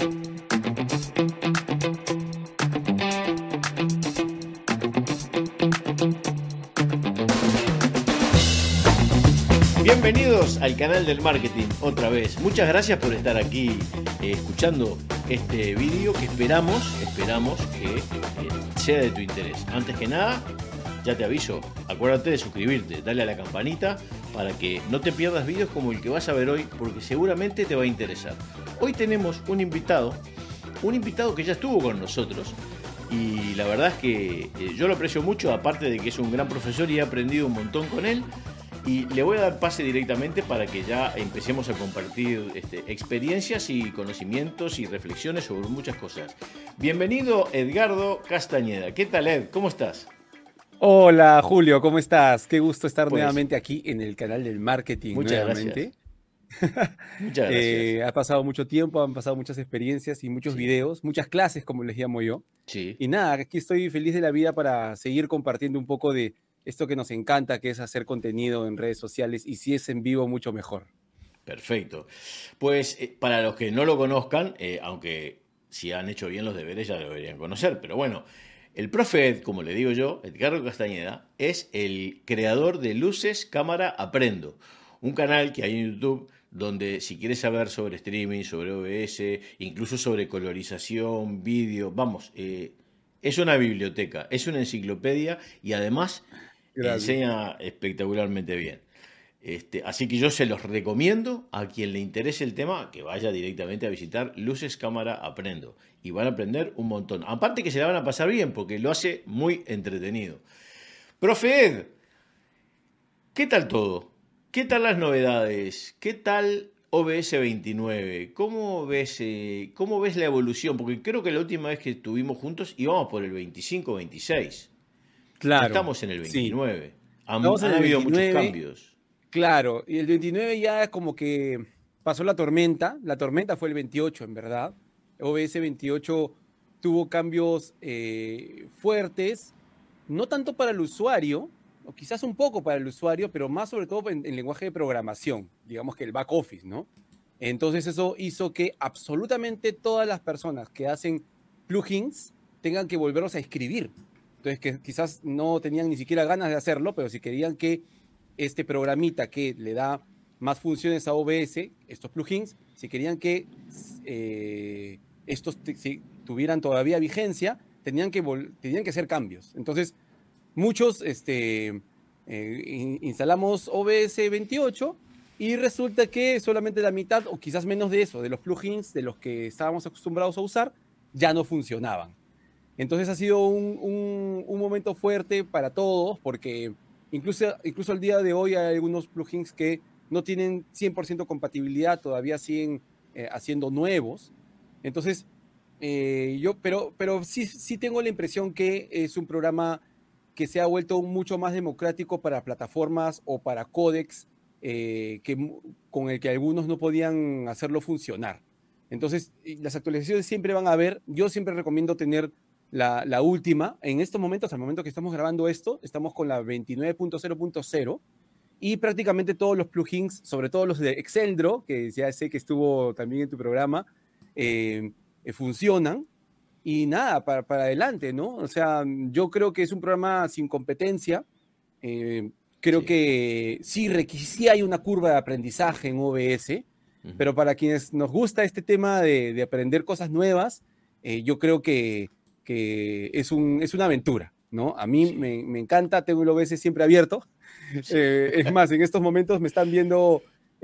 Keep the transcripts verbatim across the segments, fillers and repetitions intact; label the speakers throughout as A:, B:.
A: Bienvenidos al canal del marketing otra vez. Muchas gracias por estar aquí eh, escuchando este vídeo que esperamos, esperamos que eh, sea de tu interés. Antes que nada, ya te aviso, acuérdate de suscribirte, dale a la campanita para que no te pierdas vídeos como el que vas a ver hoy, porque seguramente te va a interesar. Hoy tenemos un invitado, un invitado que ya estuvo con nosotros y la verdad es que eh, yo lo aprecio mucho, aparte de que es un gran profesor y he aprendido un montón con él. Y le voy a dar pase directamente para que ya empecemos a compartir este, experiencias y conocimientos y reflexiones sobre muchas cosas. Bienvenido, Edgardo Castañeda. ¿Qué tal, Ed? ¿Cómo estás?
B: Hola, Julio, ¿cómo estás? Qué gusto estar
A: Pues,
B: nuevamente aquí en el canal del marketing.
A: Muchas
B: nuevamente.
A: gracias. Muchas gracias.
B: Eh, ha pasado mucho tiempo, han pasado muchas experiencias y muchos
A: Sí.
B: videos, muchas clases, como les llamo yo.
A: Sí.
B: Y nada, aquí estoy feliz de la vida para seguir compartiendo un poco de esto que nos encanta, que es hacer contenido en redes sociales, y si es en vivo, mucho mejor.
A: Perfecto. Pues eh, para los que no lo conozcan, eh, aunque si han hecho bien los deberes ya lo deberían conocer, pero bueno, el profe Ed, como le digo yo, Edgardo Castañeda, es el creador de Luces, Cámara, Aprendo, un canal que hay en YouTube donde si quieres saber sobre streaming, sobre O B S, incluso sobre colorización, vídeo, vamos, eh, es una biblioteca, es una enciclopedia y además
B: Gracias.
A: enseña espectacularmente bien. Este, así que yo se los recomiendo a quien le interese el tema que vaya directamente a visitar Luces, Cámara, Aprendo. Y van a aprender un montón. Aparte que se la van a pasar bien porque lo hace muy entretenido. Profe Ed, ¿qué tal todo? ¿Qué tal las novedades? ¿Qué tal O B S veintinueve? ¿Cómo ves, eh, cómo ves la evolución? Porque creo que la última vez que estuvimos juntos íbamos por el veinticinco veintiséis.
B: Claro.
A: Ya estamos en el veintinueve.
B: Sí.
A: Han,
B: Estamos en
A: han
B: el
A: habido
B: veintinueve.
A: muchos cambios.
B: Claro, y el veintinueve ya como que pasó la tormenta. La tormenta fue el veintiocho, en verdad. O B S veintiocho tuvo cambios eh, fuertes, no tanto para el usuario, o quizás un poco para el usuario, pero más sobre todo en, en lenguaje de programación, digamos que el back office, ¿no? Entonces eso hizo que absolutamente todas las personas que hacen plugins tengan que volverlos a escribir. Entonces que quizás no tenían ni siquiera ganas de hacerlo, pero si querían que este programita que le da más funciones a O B S, estos plugins, si querían que eh, estos si tuvieran todavía vigencia, tenían que, tenían que hacer cambios. Entonces, muchos este, eh, instalamos O B S veintiocho y resulta que solamente la mitad, o quizás menos de eso, de los plugins de los que estábamos acostumbrados a usar, ya no funcionaban. Entonces ha sido un, un, un momento fuerte para todos, porque Incluso, incluso al día de hoy hay algunos plugins que no tienen cien por ciento compatibilidad, todavía siguen eh, haciendo nuevos. Entonces, eh, yo, pero, pero sí, sí tengo la impresión que es un programa que se ha vuelto mucho más democrático para plataformas o para códecs eh, que, con el que algunos no podían hacerlo funcionar. Entonces, las actualizaciones siempre van a haber. Yo siempre recomiendo tener La, la última. En estos momentos, al momento que estamos grabando esto, estamos con la veintinueve punto cero punto cero y prácticamente todos los plugins, sobre todo los de Exceldro, que ya sé que estuvo también en tu programa, eh, eh, funcionan y nada, para, para adelante, ¿no? O sea, yo creo que es un programa sin competencia. Eh, creo
A: Sí.
B: que sí, sí hay una curva de aprendizaje en O B S, uh-huh. Pero para quienes nos gusta este tema de, de aprender cosas nuevas, eh, yo creo que que es, un, es una aventura, ¿no? A mí sí. me, me encanta, tengo el O B S siempre abierto. Sí. Eh, es más, en estos momentos me están viendo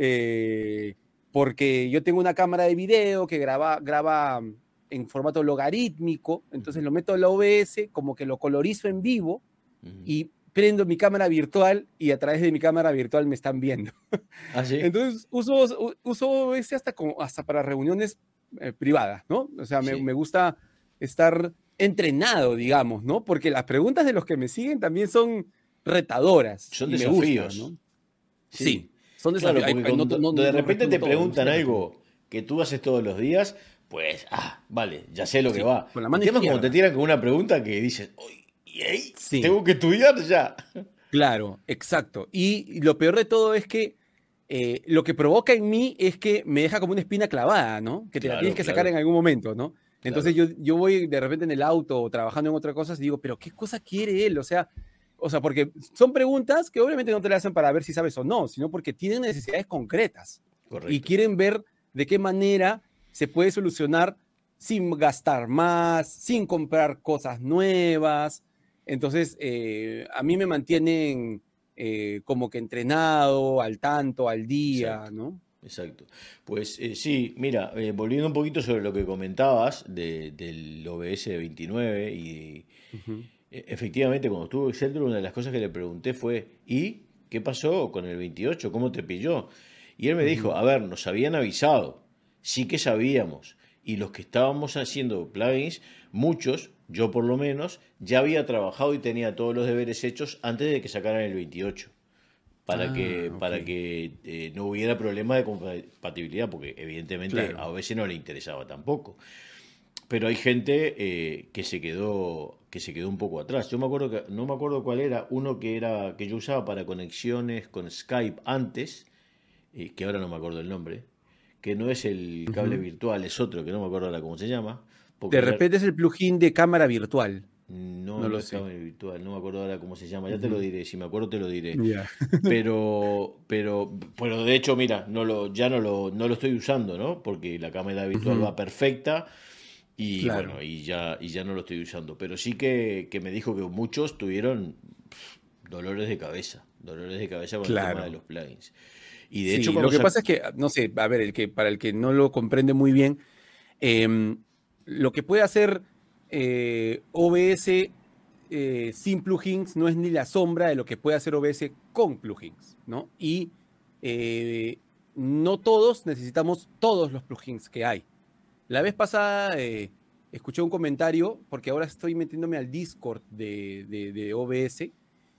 B: eh, porque yo tengo una cámara de video que graba, graba en formato logarítmico, entonces uh-huh. lo meto en la O B S, como que lo colorizo en vivo uh-huh. y prendo mi cámara virtual y a través de mi cámara virtual me están viendo.
A: ¿Ah, sí?
B: Entonces uso, uso O B S hasta, como, hasta para reuniones eh, privadas, ¿no? O sea, me, sí. me gusta estar entrenado, digamos, ¿no? Porque las preguntas de los que me siguen también son retadoras.
A: Son
B: y
A: desafíos.
B: Me gustan, ¿no?
A: Sí.
B: sí, son desafíos.
A: Claro, porque
B: Ay, no,
A: cuando
B: no, no,
A: de
B: no
A: repente te
B: todo,
A: preguntan
B: no
A: algo que tú haces todos los días, pues, ah, vale, ya sé lo
B: sí,
A: que va.
B: Con la mano
A: El tema es
B: izquierda.
A: como te tiran con una pregunta que dices, uy, ¿y ahí?
B: Sí.
A: Tengo que estudiar ya.
B: Claro, exacto. Y lo peor de todo es que eh, lo que provoca en mí es que me deja como una espina clavada, ¿no? Que te la
A: Claro,
B: tienes que
A: claro,
B: sacar en algún momento, ¿no? Entonces
A: claro.
B: yo, yo voy de repente en el auto o trabajando en otra cosa y digo, pero ¿qué cosa quiere él? O sea, o sea, porque son preguntas que obviamente no te las hacen para ver si sabes o no, sino porque tienen necesidades concretas y
A: Correcto.
B: quieren ver de qué manera se puede solucionar sin gastar más, sin comprar cosas nuevas. Entonces, eh, a mí me mantienen eh, como que entrenado, al tanto, al día,
A: Exacto.
B: ¿no?
A: Exacto. Pues eh, sí, mira, eh, volviendo un poquito sobre lo que comentabas de- del O B S veintinueve y
B: Ujú,
A: eh, efectivamente cuando estuvo Exceldur una de las cosas que le pregunté fue, ¿y qué pasó con el veintiocho? ¿Cómo te pilló? Y él me dijo,
B: ujú.
A: a ver, nos habían avisado, sí que sabíamos, y los que estábamos haciendo plugins, muchos, yo por lo menos, ya había trabajado y tenía todos los deberes hechos antes de que sacaran el veintiocho para que,
B: Ah, ok.
A: para que eh, no hubiera problema de compatibilidad, porque evidentemente
B: Claro.
A: a O B S no le interesaba tampoco. Pero hay gente eh, que se quedó que se quedó un poco atrás. Yo me acuerdo que no me acuerdo cuál era, uno que era que yo usaba para conexiones con Skype antes, eh, que ahora no me acuerdo el nombre, que no es el cable
B: Ujú.
A: virtual, es otro que no me acuerdo ahora cómo se llama,
B: De
A: porque era
B: repente es el plugin de cámara virtual.
A: no,
B: No
A: no
B: lo
A: es
B: sé.
A: cable virtual, no me acuerdo ahora cómo se llama, ya te lo
B: Ujú.
A: diré, si me acuerdo te lo diré.
B: Ya.
A: Pero, pero, pero de hecho, mira, no lo, ya no lo, no lo estoy usando, ¿no? Porque la cámara virtual
B: Ujú.
A: va perfecta y
B: Claro.
A: bueno, y ya, y ya no lo estoy usando. Pero sí que, que me dijo que muchos tuvieron pf, dolores de cabeza, dolores de cabeza con el tema de
B: Claro.
A: los plugins. Y de hecho,
B: Sí, lo
A: cuando
B: que
A: sac...
B: pasa es que, no sé, a ver, el que, para el que no lo comprende muy bien, em, lo que puede hacer eh, O B S eh, sin plugins no es ni la sombra de lo que puede hacer O B S con plugins, ¿no? Y eh, no todos necesitamos todos los plugins que hay. La vez pasada eh, escuché un comentario, porque ahora estoy metiéndome al Discord de, de, de O B S,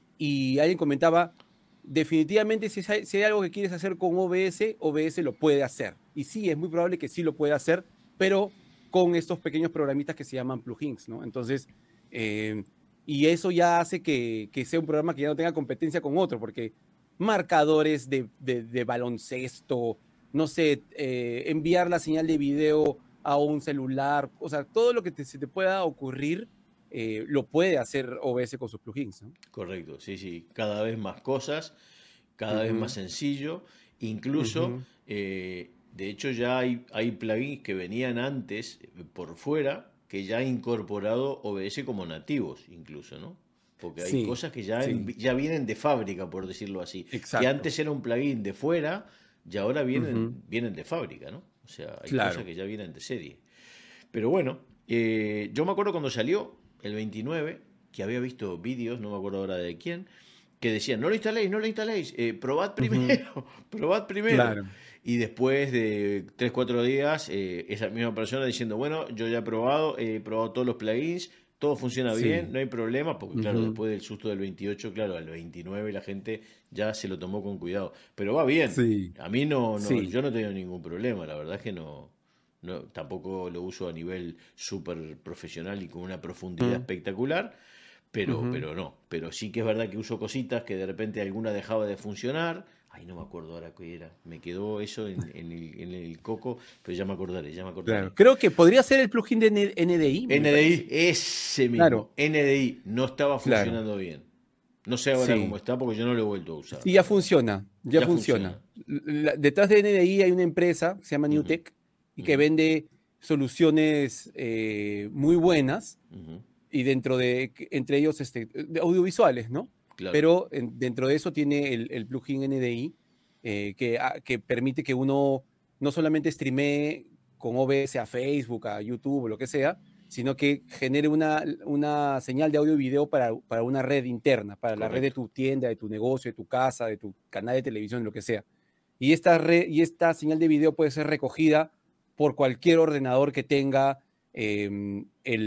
B: y alguien comentaba, definitivamente si hay, si hay algo que quieres hacer con O B S, O B S lo puede hacer. Y sí, es muy probable que sí lo pueda hacer, pero con estos pequeños programitas que se llaman plugins, ¿no? Entonces, eh, y eso ya hace que, que, sea un programa que ya no tenga competencia con otro, porque marcadores de, de, de baloncesto, no sé, eh, enviar la señal de video a un celular, o sea, todo lo que te, se te pueda ocurrir, eh, lo puede hacer O B S con sus plugins, ¿no?
A: Correcto, sí, sí, cada vez más cosas, cada vez más
B: Ujú,
A: sencillo, incluso,
B: ujú.
A: eh, de hecho ya hay, hay plugins que venían antes eh, por fuera que ya han incorporado O B S como nativos, incluso, ¿no? Porque hay
B: Sí,
A: cosas que ya, en-
B: sí,
A: ya vienen de fábrica, por decirlo así, que
B: exacto.
A: antes era un plugin de fuera y ahora
B: Ujú,
A: vienen, vienen de fábrica, ¿no? O sea, hay cosas
B: claro.
A: que ya vienen de serie. Pero bueno, eh, yo me acuerdo cuando salió el veintinueve, que había visto vídeos, no me acuerdo ahora de quién, que decían, no lo instaléis, no lo instaléis, eh, probad
B: Ujú,
A: primero, probad primero.
B: claro.
A: Y después de tres cuatro días, eh, esa misma persona diciendo, bueno, yo ya he probado, he probado todos los plugins, todo funciona bien,
B: Sí.
A: no hay problema, porque claro,
B: Ujú,
A: después del susto del veintiocho, claro, al veintinueve la gente ya se lo tomó con cuidado. Pero va bien,
B: sí,
A: a mí no, no,
B: sí.
A: yo no he tenido ningún problema, la verdad es que no, no, tampoco lo uso a nivel súper profesional y con una profundidad
B: Ujú,
A: espectacular, pero,
B: ujú.
A: pero no. Pero sí que es verdad que uso cositas que de repente alguna dejaba de funcionar. Ay, no me acuerdo ahora qué era. Me quedó eso en, en el, en el coco, pero ya me acordaré, ya me acordaré.
B: Claro. Creo que podría ser el plugin de N- NDI, me
A: N D I,
B: parece.
A: ese mismo.
B: Claro,
A: N D I no estaba
B: claro.
A: funcionando bien. No sé ahora cómo
B: Sí.
A: está porque yo no lo he vuelto a usar,
B: Sí,
A: la
B: ya
A: verdad.
B: funciona, ya
A: Ya funciona.
B: funciona. La- detrás de N D I hay una empresa que se llama
A: Ujú,
B: Newtek y que
A: ujú,
B: vende soluciones eh, muy buenas
A: ujú.
B: y dentro de, entre ellos, este, de audiovisuales, ¿no?
A: Claro,
B: Pero en- dentro de eso tiene el, el plugin N D I eh, que, ah, que permite que uno no solamente streamee con O B S a Facebook, a YouTube o lo que sea, sino que genere una, una señal de audio y video para, para una red interna, para la red de
A: correcto.
B: tu tienda, de tu negocio, de tu casa, de tu canal de televisión, lo que sea. Y esta, red, y esta señal de video puede ser recogida por cualquier ordenador que tenga eh,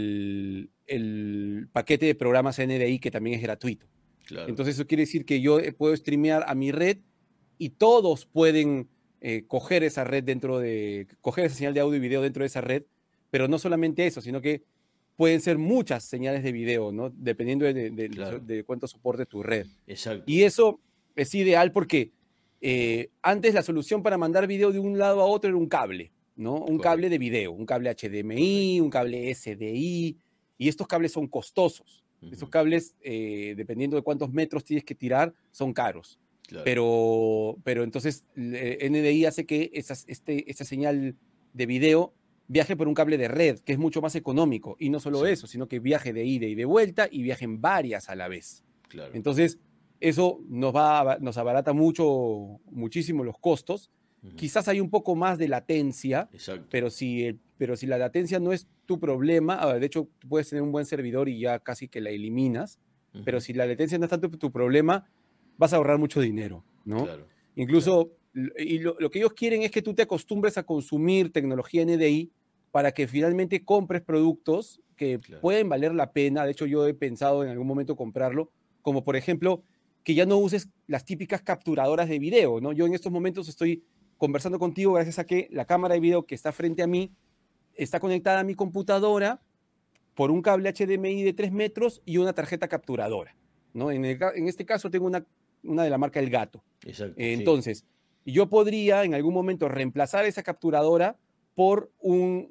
B: el, el, paquete de programas N D I, que también es gratuito.
A: Claro,
B: Entonces eso quiere decir que yo puedo streamear a mi red y todos pueden eh, coger esa red dentro de, coger esa señal de audio y video dentro de esa red, pero no solamente eso, sino que pueden ser muchas señales de video, ¿no? Dependiendo de, de, de,
A: claro.
B: de cuánto soporte tu red.
A: Exacto.
B: Y eso es ideal porque eh, antes la solución para mandar video de un lado a otro era un cable, ¿no? Un Correcto. Cable de video, un cable H D M I, un cable S D I, y estos cables son costosos. Uh-huh. Estos cables, eh, dependiendo de cuántos metros tienes que tirar, son caros. Claro. Pero, pero entonces N D I hace que esas, este, esta señal de video viaje por un cable de red, que es mucho más económico. Y no solo sí. eso, sino que viaje de ida y de vuelta y viajen varias a la vez.
A: Claro.
B: Entonces, eso nos, va, nos abarata mucho, muchísimo los costos. Uh-huh. Quizás hay un poco más de latencia, pero si, el, pero si la latencia no es tu problema, de hecho, tú puedes tener un buen servidor y ya casi que la eliminas, uh-huh. pero si la latencia no es tanto tu problema, vas a ahorrar mucho dinero, ¿no? Claro. Incluso, claro. y lo, lo que ellos quieren es que tú te acostumbres a consumir tecnología N D I para que finalmente compres productos que claro. pueden valer la pena. De hecho, yo he pensado en algún momento comprarlo, como por ejemplo, que ya no uses las típicas capturadoras de video, ¿no? Yo en estos momentos estoy conversando contigo gracias a que la cámara de video que está frente a mí está conectada a mi computadora por un cable H D M I de tres metros y una tarjeta capturadora, ¿no? En, el, en este caso tengo una, una de la marca El Gato.
A: Exacto,
B: eh, entonces, sí. yo podría en algún momento reemplazar esa capturadora por un,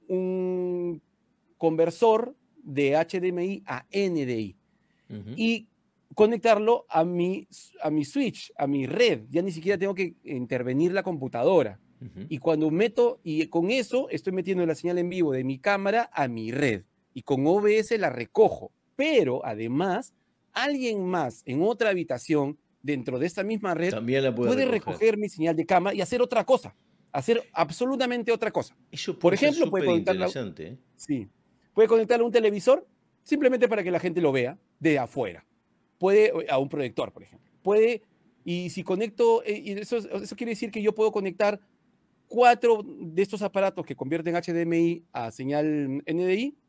B: un conversor de H D M I a N D I uh-huh. y conectarlo a mi, a mi switch, a mi red. Ya ni siquiera tengo que intervenir la computadora. Uh-huh. Y cuando meto, y con eso estoy metiendo la señal en vivo de mi cámara a mi red. Y con O B S la recojo. Pero además, alguien más en otra habitación, dentro de esta misma red,
A: también la puede,
B: puede
A: recoger.
B: recoger mi señal de cámara y hacer otra cosa. Hacer absolutamente otra cosa.
A: Eso
B: Por ejemplo, puede conectarla,
A: ¿eh?
B: sí, puede conectarlo a un televisor simplemente para que la gente lo vea de afuera. Puede, a un proyector, por ejemplo. Puede, y si conecto, y eso, eso quiere decir que yo puedo conectar cuatro de estos aparatos que convierten H D M I a señal N D I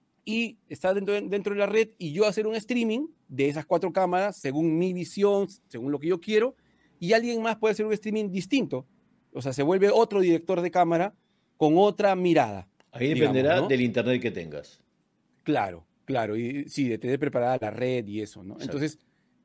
B: y está dentro, dentro de la red y yo hacer un streaming de esas cuatro cámaras según mi visión, según lo que yo quiero, y alguien más puede hacer un streaming distinto. O sea, se vuelve otro director de cámara con otra mirada.
A: Ahí dependerá digamos, ¿no? del internet que tengas.
B: Claro, claro. Y sí, de tener preparada la red y eso, ¿no? Exacto. Entonces,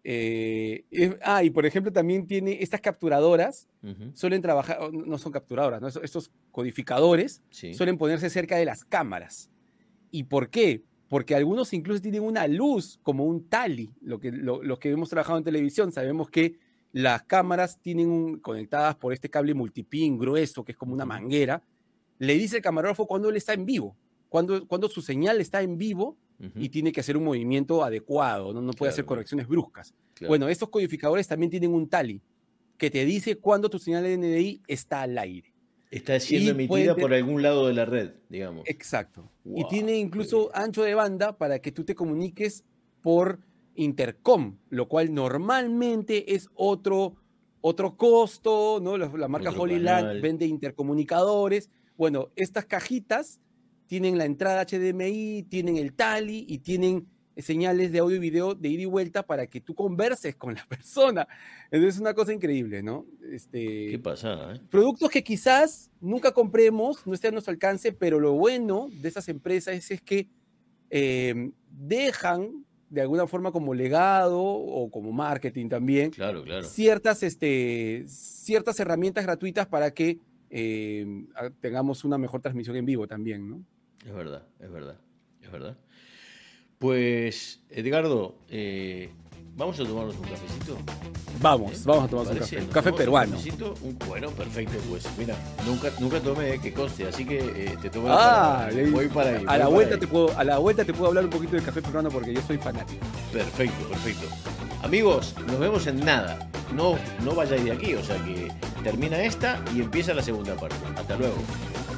B: eh, es, ah, y por ejemplo también tiene estas capturadoras, uh-huh. suelen trabajar, no son capturadoras, ¿no? Estos codificadores sí. suelen ponerse cerca de las cámaras. ¿Y por qué? Porque algunos incluso tienen una luz, como un Tali. Lo que, lo, los que hemos trabajado en televisión sabemos que las cámaras tienen un, conectadas por este cable multipin grueso, que es como una manguera. Le dice el camarógrafo cuando él está en vivo, cuando, cuando su señal está en vivo uh-huh. y tiene que hacer un movimiento adecuado, no, no puede claro, hacer correcciones bruscas. Claro. Bueno, estos codificadores también tienen un Tali que te dice cuándo tu señal de N D I está al aire.
A: Está siendo y emitida puede... por algún lado de la red, digamos.
B: Exacto. Wow, y tiene incluso ancho de banda para que tú te comuniques por intercom, lo cual normalmente es otro, otro costo, ¿no? La, la marca Holyland vende intercomunicadores. Bueno, estas cajitas tienen la entrada H D M I, tienen el Tali y tienen señales de audio y video de ida y vuelta para que tú converses con la persona. Entonces es una cosa increíble, ¿no? Este,
A: Qué pasada, ¿eh?
B: Productos que quizás nunca compremos, no estén a nuestro alcance, pero lo bueno de esas empresas es, es que eh, dejan de alguna forma como legado o como marketing también
A: claro, claro.
B: Ciertas, este, ciertas herramientas gratuitas para que eh, tengamos una mejor transmisión en vivo también, ¿no?
A: Es verdad, es verdad, es verdad. Pues, Edgardo, eh, ¿vamos a tomarnos un cafecito?
B: Vamos, ¿Eh? vamos a tomarnos un café. Un café peruano.
A: Un cafecito, un, bueno, perfecto, pues mira, nunca, nunca tomé, que conste, así que eh, te tomo
B: ah,
A: para, voy para ahí.
B: A,
A: voy
B: la
A: para
B: vuelta
A: ahí.
B: Te puedo, a la vuelta te puedo hablar un poquito del café peruano porque yo soy fanático.
A: Perfecto, perfecto. Amigos, nos vemos en nada. No, no vayáis de aquí, o sea que termina esta y empieza la segunda parte. Hasta luego.